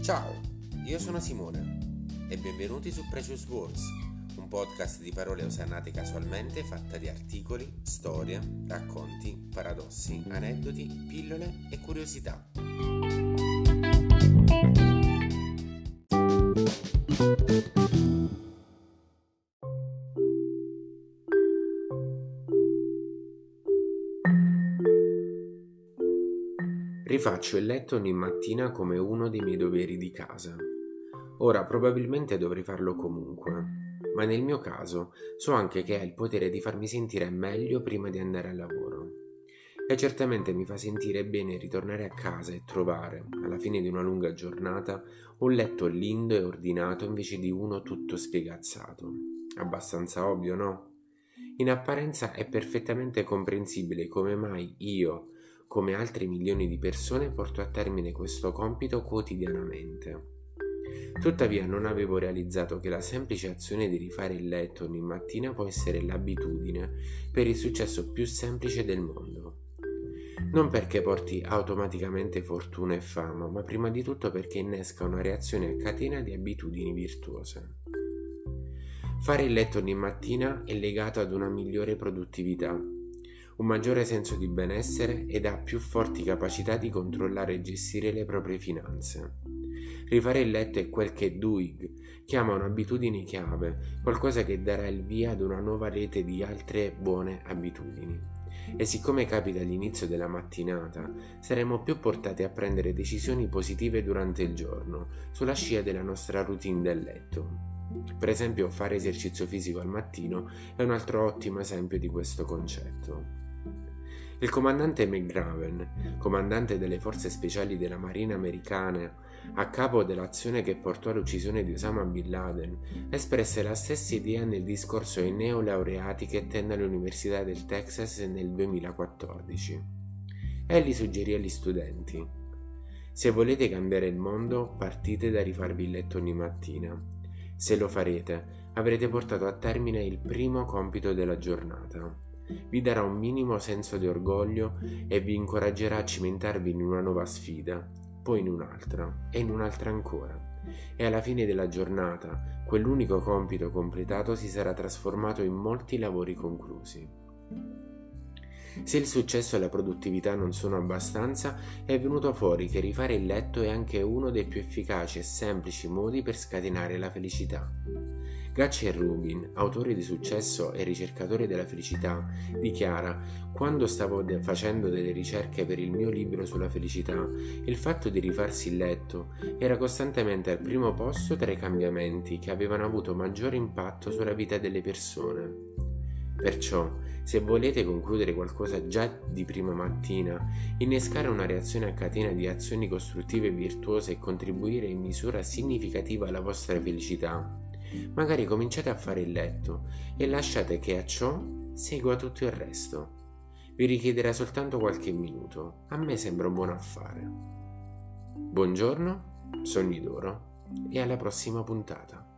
Ciao, io sono Simone e benvenuti su Precious Words, un podcast di parole usate casualmente fatta di articoli, storie, racconti, paradossi, aneddoti, pillole e curiosità. Rifaccio il letto ogni mattina come uno dei miei doveri di casa. Ora probabilmente dovrei farlo comunque, ma nel mio caso so anche che ha il potere di farmi sentire meglio prima di andare al lavoro. E certamente mi fa sentire bene ritornare a casa e trovare, alla fine di una lunga giornata, un letto lindo e ordinato invece di uno tutto spiegazzato. Abbastanza ovvio, no? In apparenza è perfettamente comprensibile come mai io, come altre milioni di persone, porto a termine questo compito quotidianamente. Tuttavia non avevo realizzato che la semplice azione di rifare il letto ogni mattina può essere l'abitudine per il successo più semplice del mondo. Non perché porti automaticamente fortuna e fama, ma prima di tutto perché innesca una reazione a catena di abitudini virtuose. Fare il letto ogni mattina è legato ad una migliore produttività, un maggiore senso di benessere ed ha più forti capacità di controllare e gestire le proprie finanze. Rifare il letto è quel che Duhigg chiama un'abitudine chiave, qualcosa che darà il via ad una nuova rete di altre buone abitudini. E siccome capita all'inizio della mattinata, saremo più portati a prendere decisioni positive durante il giorno, sulla scia della nostra routine del letto. Per esempio, fare esercizio fisico al mattino è un altro ottimo esempio di questo concetto. Il comandante McGraven, comandante delle forze speciali della Marina americana, a capo dell'azione che portò all'uccisione di Osama Bin Laden, espresse la stessa idea nel discorso ai neolaureati che tenne all'Università del Texas nel 2014. Egli suggerì agli studenti: se volete cambiare il mondo, partite da rifarvi il letto ogni mattina. Se lo farete, avrete portato a termine il primo compito della giornata. Vi darà un minimo senso di orgoglio e vi incoraggerà a cimentarvi in una nuova sfida, poi in un'altra e in un'altra ancora. E alla fine della giornata, quell'unico compito completato si sarà trasformato in molti lavori conclusi. Se il successo e la produttività non sono abbastanza, è venuto fuori che rifare il letto è anche uno dei più efficaci e semplici modi per scatenare la felicità. Gacci Rubin, autore di successo e ricercatore della felicità, dichiara: quando stavo facendo delle ricerche per il mio libro sulla felicità, il fatto di rifarsi il letto era costantemente al primo posto tra i cambiamenti che avevano avuto maggiore impatto sulla vita delle persone. Perciò, se volete concludere qualcosa già di prima mattina, innescare una reazione a catena di azioni costruttive e virtuose e contribuire in misura significativa alla vostra felicità, magari cominciate a fare il letto e lasciate che a ciò segua tutto il resto. Vi richiederà soltanto qualche minuto. A me sembra un buon affare. Buongiorno, sogni d'oro e alla prossima puntata.